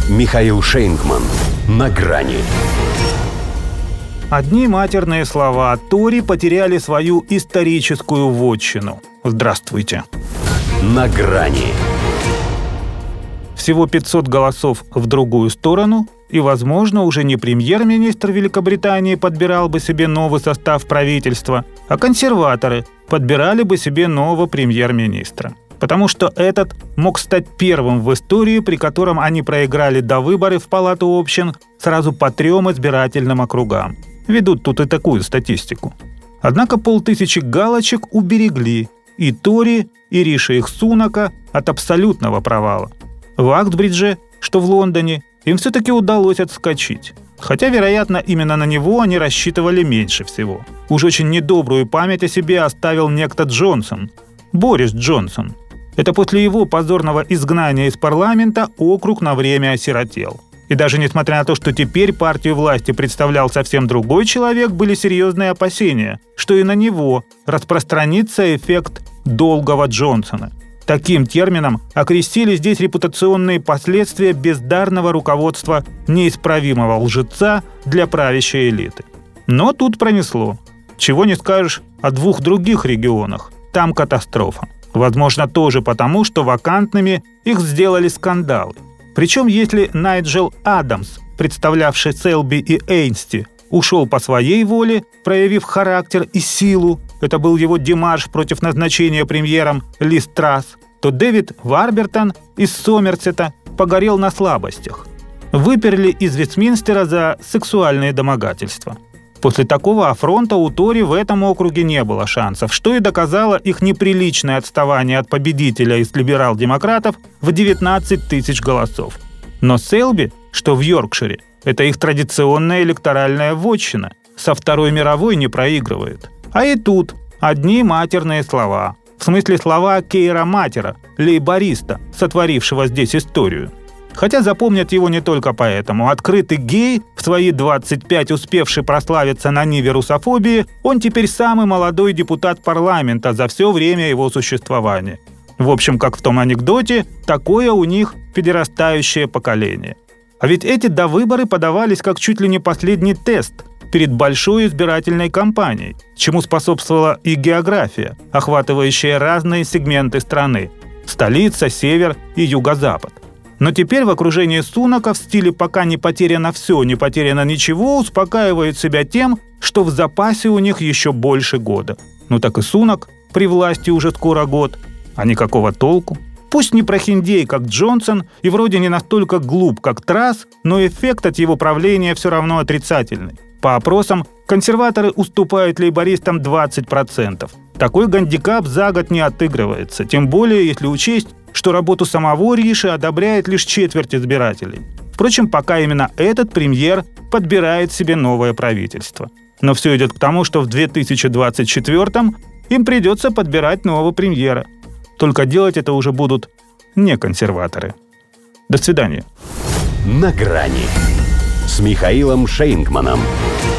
Михаил Шейнгман. На грани. Одни матерные слова. Тори потеряли свою историческую вотчину. Здравствуйте. На грани. Всего 500 голосов в другую сторону, и, возможно, уже не премьер-министр Великобритании подбирал бы себе новый состав правительства, а консерваторы подбирали бы себе нового премьер-министра. Потому что этот мог стать первым в истории, при котором они проиграли до выборов в Палату общин сразу по 3 избирательным округам. Ведут тут и такую статистику. Однако 500 галочек уберегли и Тори, и Риши Сунака от абсолютного провала. В Актбридже, что в Лондоне, им все-таки удалось отскочить. Хотя, вероятно, именно на него они рассчитывали меньше всего. Уж очень недобрую память о себе оставил некто Джонсон, Борис Джонсон. Это после его позорного изгнания из парламента округ на время осиротел. И даже несмотря на то, что теперь партию власти представлял совсем другой человек, были серьезные опасения, что и на него распространится эффект долгого Джонсона. Таким термином окрестили здесь репутационные последствия бездарного руководства неисправимого лжеца для правящей элиты. Но тут пронесло. Чего не скажешь о 2 других регионах. Там катастрофа. Возможно, тоже потому, что вакантными их сделали скандалы. Причем, если Найджел Адамс, представлявший Селби и Эйнсти, ушел по своей воле, проявив характер и силу, это был его демарш против назначения премьером Лиз Трасс, то Дэвид Варбертон из Сомерсета погорел на слабостях. Выперли из Вестминстера за сексуальные домогательства. После такого афронта у Тори в этом округе не было шансов, что и доказало их неприличное отставание от победителя из либерал-демократов в 19 тысяч голосов. Но Селби, что в Йоркшире, это их традиционная электоральная вотчина, со Второй мировой не проигрывает. А и тут одни матерные слова. В смысле слова Кейра Матера, лейбориста, сотворившего здесь историю. Хотя запомнят его не только поэтому. Открытый гей, в свои 25 успевший прославиться на ниве русофобии, он теперь самый молодой депутат парламента за все время его существования. В общем, как в том анекдоте, такое у них педерастающее поколение. А ведь эти довыборы подавались как чуть ли не последний тест перед большой избирательной кампанией, чему способствовала и география, охватывающая разные сегменты страны – столица, север и юго-запад. Но теперь в окружении Сунака в стиле «пока не потеряно все, не потеряно ничего» успокаивают себя тем, что в запасе у них еще больше года. Ну так и Сунак при власти уже скоро год, а никакого толку. Пусть не прохиндей, как Джонсон, и вроде не настолько глуп, как Трасс, но эффект от его правления все равно отрицательный. По опросам, консерваторы уступают лейбористам 20%. Такой гандикап за год не отыгрывается, тем более если учесть, что работу самого Риши одобряет лишь четверть избирателей. Впрочем, пока именно этот премьер подбирает себе новое правительство. Но все идет к тому, что в 2024-м им придется подбирать нового премьера. Только делать это уже будут не консерваторы. До свидания. На грани с Михаилом Шейнгманом.